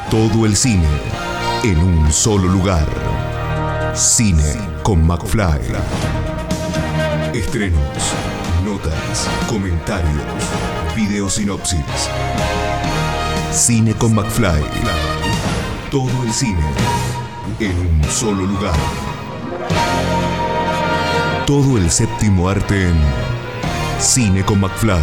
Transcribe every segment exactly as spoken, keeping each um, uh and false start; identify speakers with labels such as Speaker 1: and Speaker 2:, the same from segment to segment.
Speaker 1: Todo el cine en un solo lugar. Cine con McFly. Estrenos, notas, comentarios, video sinopsis. Cine con McFly. Todo el cine en un solo lugar. Todo el séptimo arte en Cine con McFly.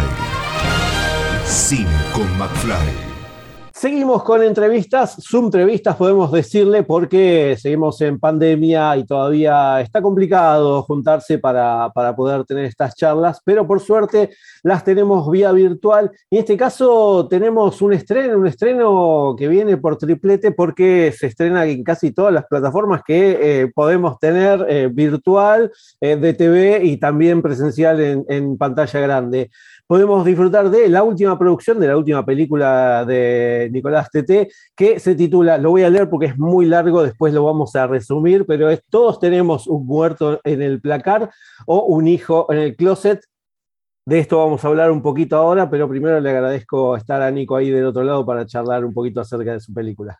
Speaker 1: Cine con McFly.
Speaker 2: Seguimos con entrevistas, Zoom-entrevistas podemos decirle, porque seguimos en pandemia y todavía está complicado juntarse para, para poder tener estas charlas, pero por suerte las tenemos vía virtual. Y en este caso tenemos un estreno, un estreno que viene por triplete porque se estrena en casi todas las plataformas que eh, podemos tener eh, virtual, eh, de T V y también presencial en, en pantalla grande. Podemos disfrutar de la última producción, de la última película de Nicolás Teté, que se titula, lo voy a leer porque es muy largo, después lo vamos a resumir, pero es Todos tenemos un muerto en el placar o un hijo en el closet. De esto vamos a hablar un poquito ahora, pero primero le agradezco estar a Nico ahí del otro lado para charlar un poquito acerca de su película.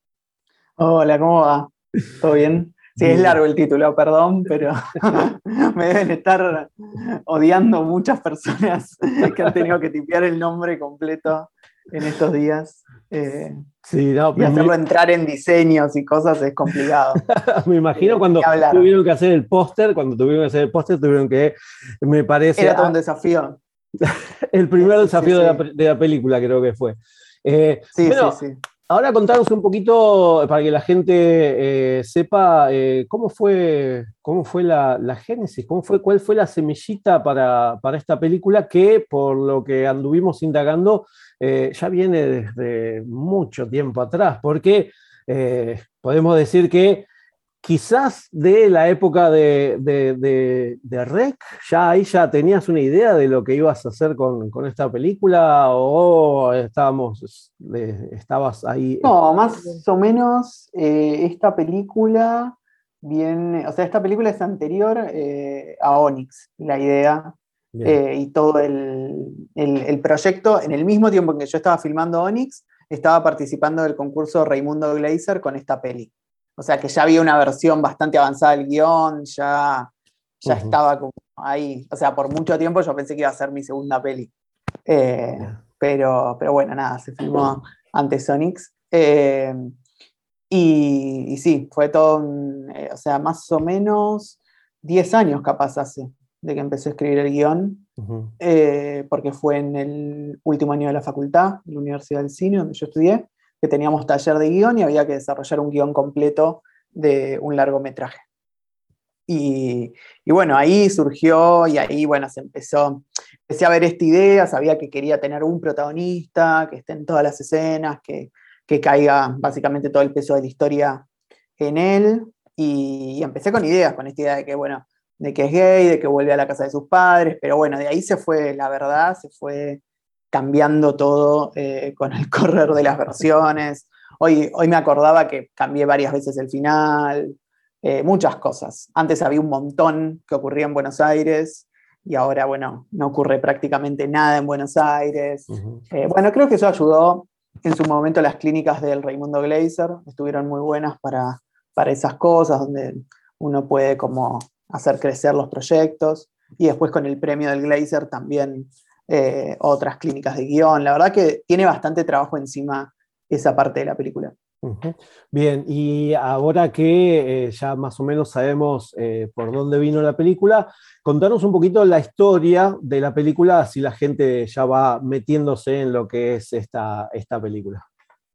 Speaker 3: Hola, ¿cómo va? ¿Todo bien? Sí, es largo el título, perdón, pero me deben estar odiando muchas personas que han tenido que tipear el nombre completo en estos días. Eh,
Speaker 2: sí, no,
Speaker 3: y hacerlo entrar en diseños y cosas es complicado.
Speaker 2: Me imagino
Speaker 3: eh,
Speaker 2: cuando tuvieron que hacer el póster, cuando tuvieron que hacer el póster, tuvieron que, me parece...
Speaker 3: Era todo un desafío.
Speaker 2: El primer
Speaker 3: sí,
Speaker 2: desafío
Speaker 3: sí,
Speaker 2: de,
Speaker 3: sí.
Speaker 2: La, de la película creo que fue. Eh,
Speaker 3: sí,
Speaker 2: bueno,
Speaker 3: sí, sí.
Speaker 2: Ahora contanos un poquito, para que la gente eh, sepa, eh, cómo fue, cómo fue la, la génesis, cómo fue, cuál fue la semillita para, para esta película que, por lo que anduvimos indagando, eh, ya viene desde mucho tiempo atrás, porque eh, podemos decir que quizás de la época de, de, de, de Rec, ya ahí ya tenías una idea de lo que ibas a hacer con, con esta película, o estábamos, estabas ahí.
Speaker 3: No, más o menos eh, esta película viene, o sea, esta película es anterior eh, a Onyx, la idea eh, y todo el, el, el proyecto. En el mismo tiempo en que yo estaba filmando Onyx, estaba participando del concurso Raimundo Gleiser con esta peli. O sea que ya había una versión bastante avanzada del guión, ya, ya uh-huh. estaba como ahí. O sea, por mucho tiempo yo pensé que iba a ser mi segunda peli. Eh, yeah. pero, pero bueno, nada, se filmó antes Onyx. Eh, y, y sí, fue todo, un, eh, o sea, más o menos diez años capaz hace de que empecé a escribir el guión, uh-huh. eh, porque fue en el último año de la facultad, en la Universidad del Cine, donde yo estudié, que teníamos taller de guión y había que desarrollar un guión completo de un largometraje. Y, y bueno, ahí surgió y ahí, bueno, se empezó, empecé a ver esta idea, sabía que quería tener un protagonista, que esté en todas las escenas, que, que caiga básicamente todo el peso de la historia en él, y, y empecé con ideas, con esta idea de que, bueno, de que es gay, de que vuelve a la casa de sus padres, pero bueno, de ahí se fue, la verdad, se fue cambiando todo eh, con el correr de las versiones. Hoy, hoy me acordaba que cambié varias veces el final, eh, muchas cosas. Antes había un montón que ocurría en Buenos Aires y ahora, bueno, no ocurre prácticamente nada en Buenos Aires. Uh-huh. Eh, bueno, creo que eso ayudó. En su momento las clínicas del Raimundo Gleiser estuvieron muy buenas para, para esas cosas, donde uno puede como hacer crecer los proyectos. Y después con el premio del Gleiser también eh, otras clínicas de guión. La verdad que tiene bastante trabajo encima esa parte de la película.
Speaker 2: Uh-huh. Bien, y ahora que eh, ya más o menos sabemos eh, por dónde vino la película, contanos un poquito la historia de la película, así la gente ya va metiéndose en lo que es esta, esta película.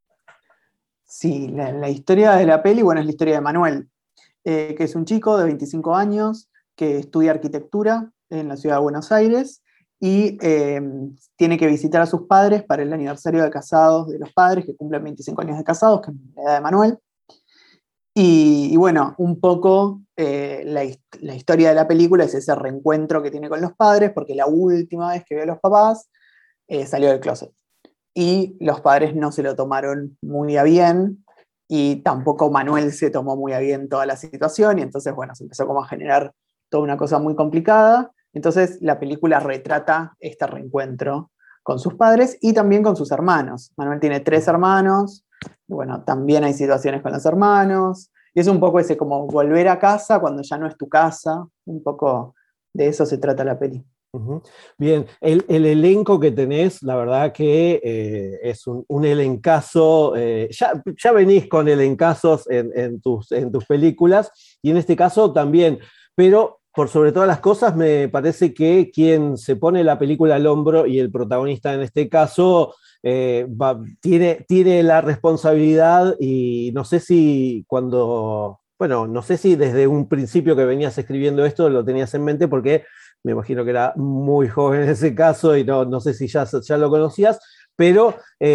Speaker 3: Sí, la, la historia de la peli, bueno, es la historia de Manuel, eh, que es un chico de veinticinco años que estudia arquitectura en la ciudad de Buenos Aires y eh, tiene que visitar a sus padres para el aniversario de casados de los padres, que cumplen veinticinco años de casados, que es la edad de Manuel. Y, y bueno, un poco eh, la, la historia de la película es ese reencuentro que tiene con los padres, porque la última vez que vio a los papás eh, salió del closet. Y los padres no se lo tomaron muy a bien, y tampoco Manuel se tomó muy a bien toda la situación, y entonces, bueno, se empezó como a generar toda una cosa muy complicada. Entonces la película retrata este reencuentro con sus padres y también con sus hermanos. Manuel tiene tres hermanos, Y bueno, también hay situaciones con los hermanos. Y es un poco ese como volver a casa cuando ya no es tu casa. Un poco de eso se trata la peli.
Speaker 2: Uh-huh. Bien, el, el elenco que tenés, la verdad que eh, es un, un elencazo, eh, ya, ya venís con elencazos en, en, tus, en tus películas, y en este caso también, pero por sobre todas las cosas me parece que quien se pone la película al hombro y el protagonista en este caso eh, va, tiene, tiene la responsabilidad, y no sé si cuando, bueno, no sé si desde un principio que venías escribiendo esto lo tenías en mente, porque me imagino que era muy joven en ese caso y no, no sé si ya, ya lo conocías, pero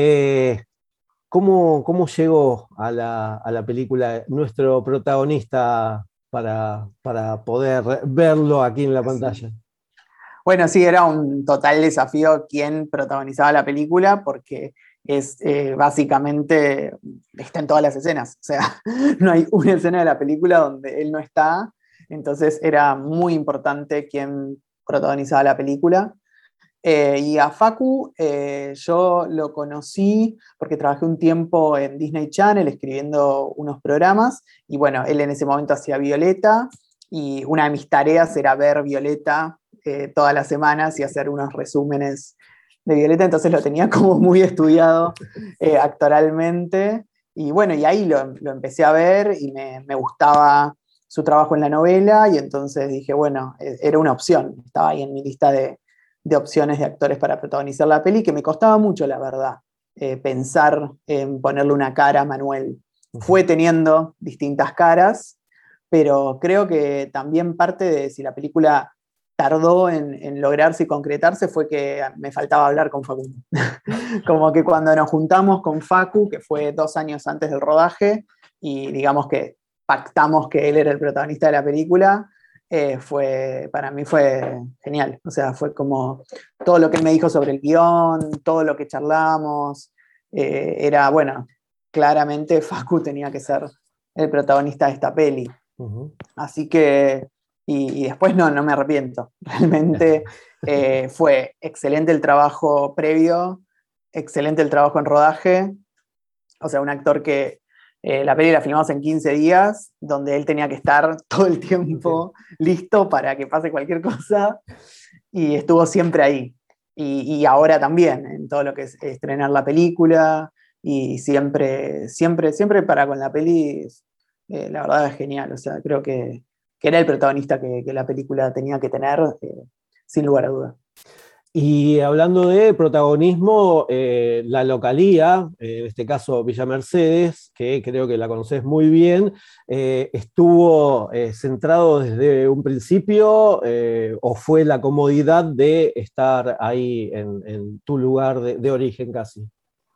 Speaker 2: eh, ¿cómo, ¿cómo llegó a la, a la película nuestro protagonista para, para poder verlo aquí en la pantalla?
Speaker 3: Bueno, sí, era un total desafío quién protagonizaba la película, porque es eh, básicamente, está en todas las escenas, o sea, no hay una escena de la película donde él no está. Entonces era muy importante quién protagonizaba la película. Eh, y a Facu eh, yo lo conocí porque trabajé un tiempo en Disney Channel escribiendo unos programas, y bueno, él en ese momento hacía Violeta, y una de mis tareas era ver Violeta eh, todas las semanas y hacer unos resúmenes de Violeta, entonces lo tenía como muy estudiado eh, actoralmente. Y bueno, y ahí lo, lo empecé a ver y me, me gustaba su trabajo en la novela, y entonces dije, bueno, era una opción, estaba ahí en mi lista de, de opciones de actores para protagonizar la peli, que me costaba mucho, la verdad, eh, pensar en ponerle una cara a Manuel. Fue teniendo distintas caras, pero creo que también parte de si la película tardó en, en lograrse y concretarse fue que me faltaba hablar con Facundo. Como que cuando nos juntamos con Facu, que fue dos años antes del rodaje, y digamos que pactamos que él era el protagonista de la película, eh, fue, para mí fue genial. O sea, fue como todo lo que él me dijo sobre el guión, todo lo que charlamos, eh, era, bueno, claramente Facu tenía que ser el protagonista de esta peli. Uh-huh. Así que, y, y después no, no me arrepiento. Realmente eh, fue excelente el trabajo previo, excelente el trabajo en rodaje. O sea, un actor que Eh, la peli la filmamos en quince días, donde él tenía que estar todo el tiempo listo para que pase cualquier cosa, y estuvo siempre ahí. Y, y ahora también, en todo lo que es estrenar la película, y siempre, siempre, siempre para con la peli, eh, la verdad es genial. O sea, creo que, que era el protagonista que, que la película tenía que tener, eh, sin lugar a duda.
Speaker 2: Y hablando de protagonismo, eh, la localía, eh, en este caso Villa Mercedes, que creo que la conoces muy bien, eh, ¿estuvo eh, centrado desde un principio eh, o fue la comodidad de estar ahí en, en tu lugar de, de origen casi?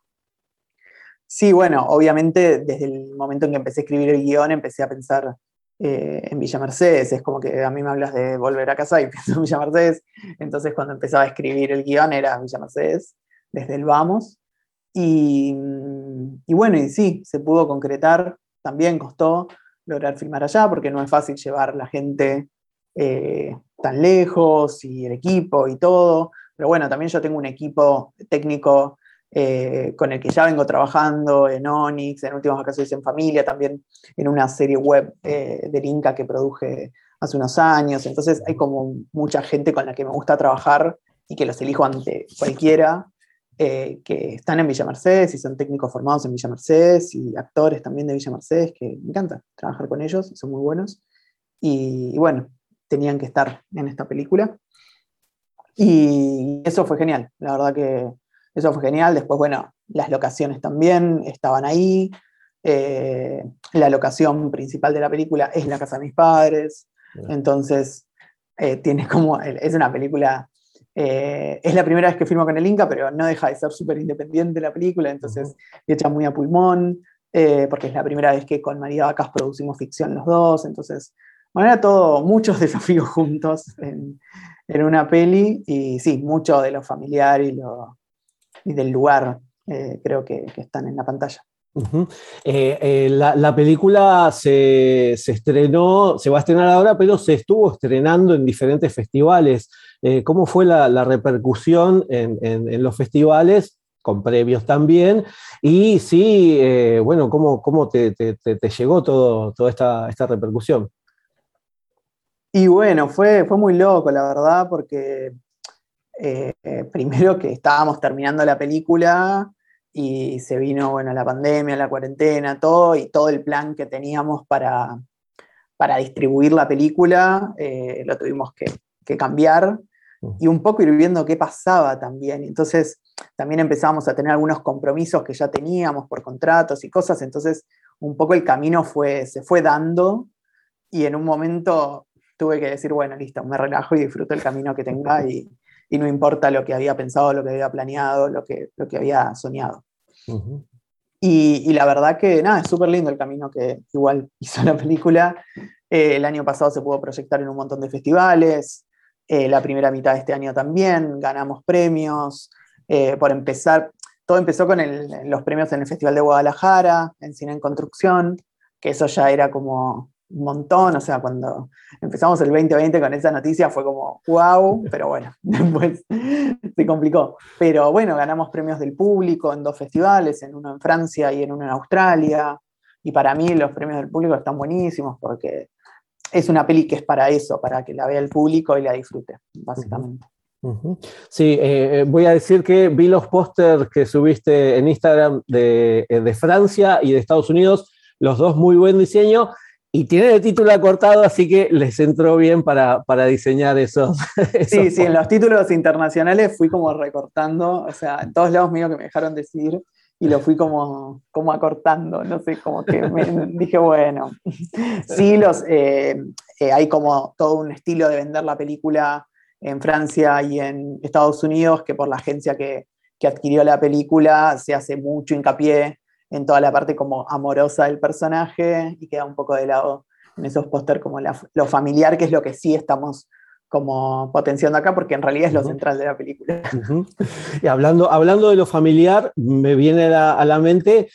Speaker 3: Sí, bueno, obviamente desde el momento en que empecé a escribir el guión empecé a pensar Eh, en Villa Mercedes. Es como que a mí me hablas de volver a casa y pienso en Villa Mercedes. Entonces cuando empezaba a escribir el guión era Villa Mercedes, desde el vamos. Y, y bueno, y sí, se pudo concretar. También costó lograr filmar allá, porque no es fácil llevar la gente eh, tan lejos, y el equipo y todo. Pero bueno, también yo tengo un equipo técnico Eh, con el que ya vengo trabajando en Onyx, en Últimas Vacaciones en Familia, también en una serie web eh, del Inca que produje hace unos años. Entonces hay como mucha gente con la que me gusta trabajar y que los elijo ante cualquiera, eh, que están en Villa Mercedes y son técnicos formados en Villa Mercedes y actores también de Villa Mercedes, que me encanta trabajar con ellos, son muy buenos. Y, y bueno, tenían que estar en esta película. Y eso fue genial, la verdad que eso fue genial. Después, bueno, las locaciones también estaban ahí. Eh, la locación principal de la película es la casa de mis padres. Entonces, eh, tiene como, es una película, eh, es la primera vez que filmo con el Inca, pero no deja de ser súper independiente la película, entonces uh-huh. hecha muy a pulmón, eh, porque es la primera vez que con María Vacas producimos ficción los dos. Entonces, bueno, era todo, muchos desafíos juntos en, en una peli, y sí, mucho de lo familiar y lo y del lugar, eh, creo que, que están en la pantalla.
Speaker 2: Uh-huh. eh, eh, la, la película se, se estrenó, se va a estrenar ahora, pero se estuvo estrenando en diferentes festivales. Eh, ¿Cómo fue la, la repercusión en, en, en los festivales con premios también. Y sí, eh, bueno, ¿cómo, cómo te, te, te llegó todo, toda esta, esta repercusión?
Speaker 3: Y bueno, fue, fue muy loco, la verdad, porque eh, eh, primero que estábamos terminando la película y se vino, bueno, la pandemia, la cuarentena, todo, y todo el plan que teníamos para, para distribuir la película eh, lo tuvimos que, que cambiar y un poco ir viendo qué pasaba también. Entonces también empezamos a tener algunos compromisos que ya teníamos por contratos y cosas, entonces un poco el camino fue, se fue dando y en un momento tuve que decir, bueno, listo, me relajo y disfruto el camino que tenga y, y no importa lo que había pensado, lo que había planeado, lo que, lo que había soñado. Uh-huh. Y, y la verdad que nada, es súper lindo el camino que igual hizo la película. Eh, el año pasado se pudo proyectar en un montón de festivales, eh, la primera mitad de este año también, ganamos premios. Eh, por empezar, todo empezó con el, los premios en el Festival de Guadalajara, en Cine en Construcción, que eso ya era como un montón, o sea, cuando empezamos el veinte veinte con esa noticia fue como wow, pero bueno, después se complicó. Pero bueno, ganamos premios del público en dos festivales, en uno en Francia y en uno en Australia, y para mí los premios del público están buenísimos porque es una peli que es para eso, para que la vea el público y la disfrute, básicamente.
Speaker 2: Uh-huh. Sí, eh, voy a decir que vi los pósters que subiste en Instagram de, de Francia y de Estados Unidos, los dos muy buen diseño, y tienen el título acortado, así que les entró bien para, para diseñar esos, esos
Speaker 3: Sí, sí, en los títulos internacionales fui como recortando, o sea, en todos lados mío que me dejaron decir, y lo fui como, como acortando, no sé, como que me, dije, bueno, sí, los, eh, eh, hay como todo un estilo de vender la película en Francia y en Estados Unidos, que por la agencia que, que adquirió la película se hace mucho hincapié en toda la parte como amorosa del personaje y queda un poco de lado en esos póster como la, lo familiar, que es lo que sí estamos como potenciando acá, porque en realidad es lo uh-huh. central de la película.
Speaker 2: Uh-huh. Y hablando, hablando de lo familiar, me viene a la, a la mente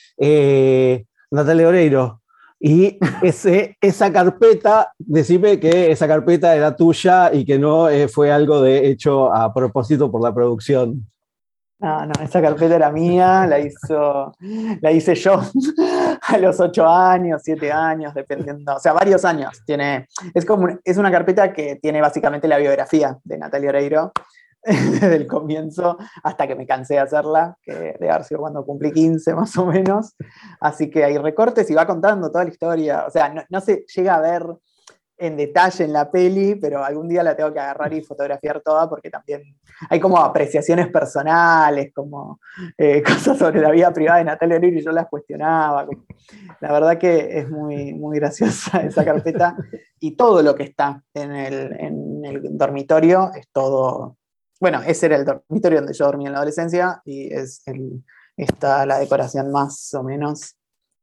Speaker 2: eh, Natalia Oreiro. Y ese, esa carpeta, decime que esa carpeta era tuya y que no eh, fue algo de hecho a propósito por la producción.
Speaker 3: No, no, esa carpeta era mía, la, hizo, la hice yo a los ocho años, siete años, dependiendo, o sea, varios años. Tiene, es, como, es una carpeta que tiene básicamente la biografía de Natalia Oreiro, desde el comienzo hasta que me cansé de hacerla, que debe haber sido cuando cumplí quince más o menos. Así que hay recortes y va contando toda la historia. O sea, no, no se llega a ver en detalle en la peli, pero algún día la tengo que agarrar y fotografiar toda porque también hay como apreciaciones personales, como eh, cosas sobre la vida privada de Natalia Oreiro y yo las cuestionaba. La verdad que es muy, muy graciosa esa carpeta y todo lo que está en el, en el dormitorio es todo... Bueno, ese era el dormitorio donde yo dormía en la adolescencia y es el, está la decoración más o menos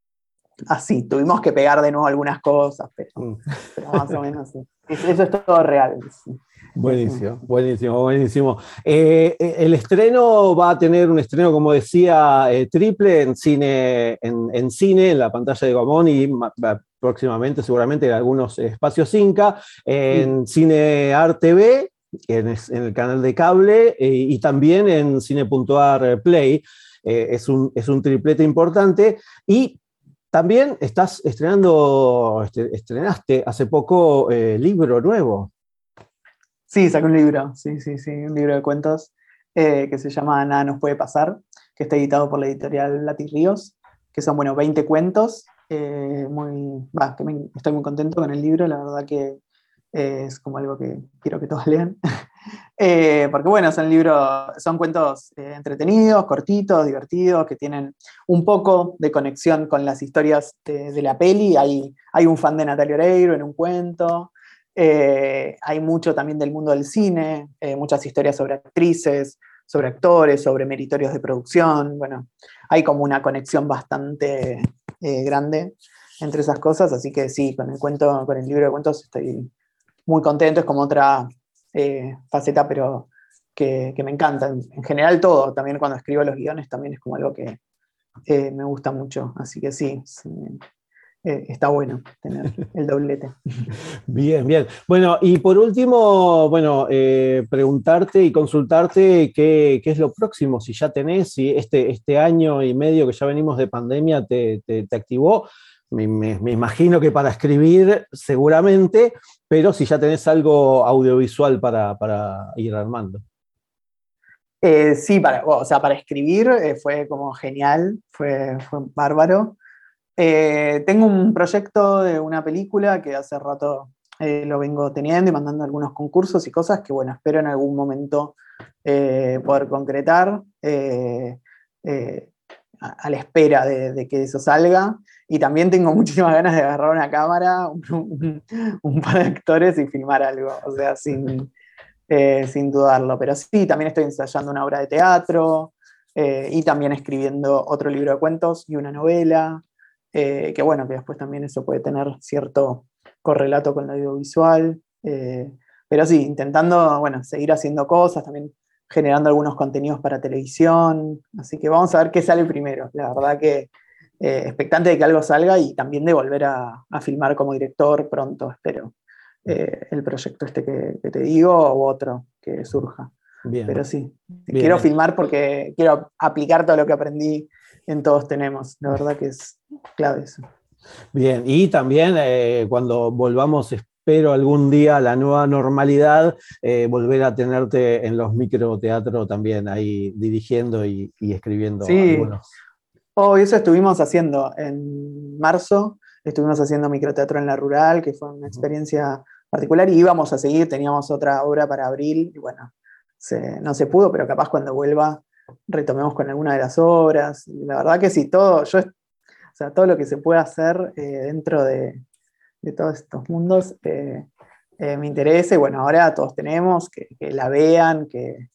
Speaker 3: así. Tuvimos que pegar de nuevo algunas cosas, pero, mm. pero más o menos sí. Eso es todo real. Sí.
Speaker 2: Buenísimo, buenísimo, buenísimo. Eh, el estreno va a tener un estreno, como decía, eh, triple en cine, en, en cine, en la pantalla de Gomón y próximamente seguramente en algunos espacios Inca, en sí. Cine Art T V, en, en el canal de cable eh, y también en Cine.ar Play. Eh, es, un, es un triplete importante y también estás estrenando, estrenaste hace poco eh, libro nuevo.
Speaker 3: Sí, saqué un libro, sí, sí, sí, un libro de cuentos eh, que se llama Nada nos puede pasar, que está editado por la editorial Lati Ríos, que son, bueno, veinte cuentos, eh, muy, bah, que me, estoy muy contento con el libro, la verdad que eh, es como algo que quiero que todos lean, eh, porque bueno, son libros, son cuentos eh, entretenidos, cortitos, divertidos, que tienen un poco de conexión con las historias de, de la peli, hay, hay un fan de Natalia Oreiro en un cuento. Eh, hay mucho también del mundo del cine, eh, muchas historias sobre actrices, sobre actores, sobre meritorios de producción. Bueno, hay como una conexión bastante eh, grande entre esas cosas, así que sí, con el cuento, con el libro de cuentos estoy muy contento, es como otra eh, faceta, pero que, que me encanta. En, en general todo, también cuando escribo los guiones también es como algo que eh, me gusta mucho, así que sí, sí. eh, está bueno tener el doblete.
Speaker 2: Bien, bien. Bueno, y por último, bueno, eh, preguntarte y consultarte qué, qué es lo próximo, si ya tenés, si este, este año y medio que ya venimos de pandemia te, te, te activó. Me, me, me imagino que para escribir seguramente, pero si ya tenés algo audiovisual para, para ir armando.
Speaker 3: Eh, sí, para, o sea, para escribir eh, fue como genial, fue, fue bárbaro. Eh, tengo un proyecto de una película que hace rato eh, lo vengo teniendo y mandando algunos concursos y cosas que, bueno, espero en algún momento eh, poder concretar, eh, eh, a, a la espera de, de que eso salga. Y también tengo muchísimas ganas de agarrar una cámara, un, un, un par de actores y filmar algo, o sea, sin, eh, sin dudarlo. Pero sí, también estoy ensayando una obra de teatro eh, y también escribiendo otro libro de cuentos y una novela. Eh, que bueno, que después también eso puede tener cierto correlato con lo audiovisual, eh, pero sí, intentando, bueno, seguir haciendo cosas, también generando algunos contenidos para televisión, así que vamos a ver qué sale primero, la verdad que eh, expectante de que algo salga y también de volver a, a filmar como director pronto, espero, eh, el proyecto este que, que te digo o otro que surja.
Speaker 2: Bien.
Speaker 3: Pero sí,
Speaker 2: Bien.
Speaker 3: Quiero filmar porque quiero aplicar todo lo que aprendí en Todos Tenemos, la verdad que es clave eso.
Speaker 2: Bien, y también eh, cuando volvamos, espero algún día a la nueva normalidad, eh, volver a tenerte en los microteatros también ahí dirigiendo y, y escribiendo
Speaker 3: sí.
Speaker 2: algunos.
Speaker 3: Oh, eso estuvimos haciendo en marzo, estuvimos haciendo microteatro en la rural, que fue una experiencia particular, y íbamos a seguir, teníamos otra obra para abril, y bueno, se, no se pudo, pero capaz cuando vuelva retomemos con alguna de las obras. La verdad que sí, todo, yo, o sea, todo lo que se puede hacer eh, dentro de, de todos estos mundos eh, eh, me interesa, y bueno, ahora Todos Tenemos, que, que la vean, que,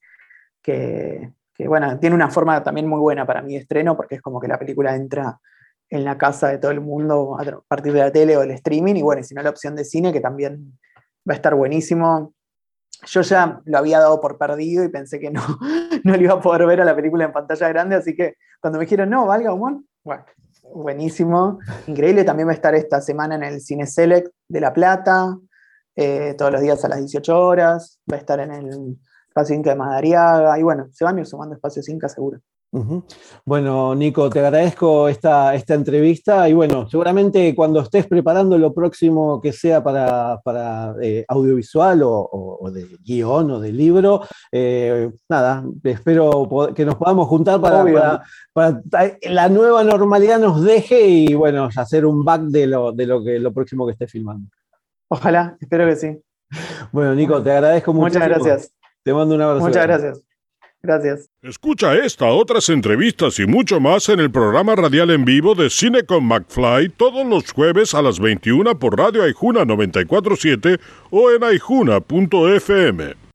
Speaker 3: que, que bueno, tiene una forma también muy buena para mi estreno, porque es como que la película entra en la casa de todo el mundo a partir de la tele o del streaming, y bueno, y si no la opción de cine, que también va a estar buenísimo. Yo ya lo había dado por perdido y pensé que no, no le iba a poder ver a la película en pantalla grande, así que cuando me dijeron, no, valga humor, bueno, buenísimo, increíble. También va a estar esta semana en el Cine Select de La Plata, eh, todos los días a las dieciocho horas, va a estar en el Espacio Inca de Madariaga, y bueno, se van a ir sumando espacios Inca seguro.
Speaker 2: Uh-huh. Bueno, Nico, te agradezco esta, esta entrevista y bueno, seguramente cuando estés preparando lo próximo que sea para, para eh, audiovisual o, o, o de guión o de libro, eh, nada, espero que nos podamos juntar para, para, para, para la nueva normalidad nos deje y bueno, hacer un back de lo, de lo, que, lo próximo que estés filmando.
Speaker 3: Ojalá, espero que sí.
Speaker 2: Bueno, Nico, te agradezco mucho.
Speaker 3: Muchas gracias.
Speaker 2: Te mando un abrazo.
Speaker 3: Muchas gracias. Gracias.
Speaker 4: Escucha esta, otras entrevistas y mucho más en el programa radial en vivo de Cine con McFly todos los jueves a las veintiuna por Radio Aijuna noventa y cuatro punto siete o en aijuna punto f m.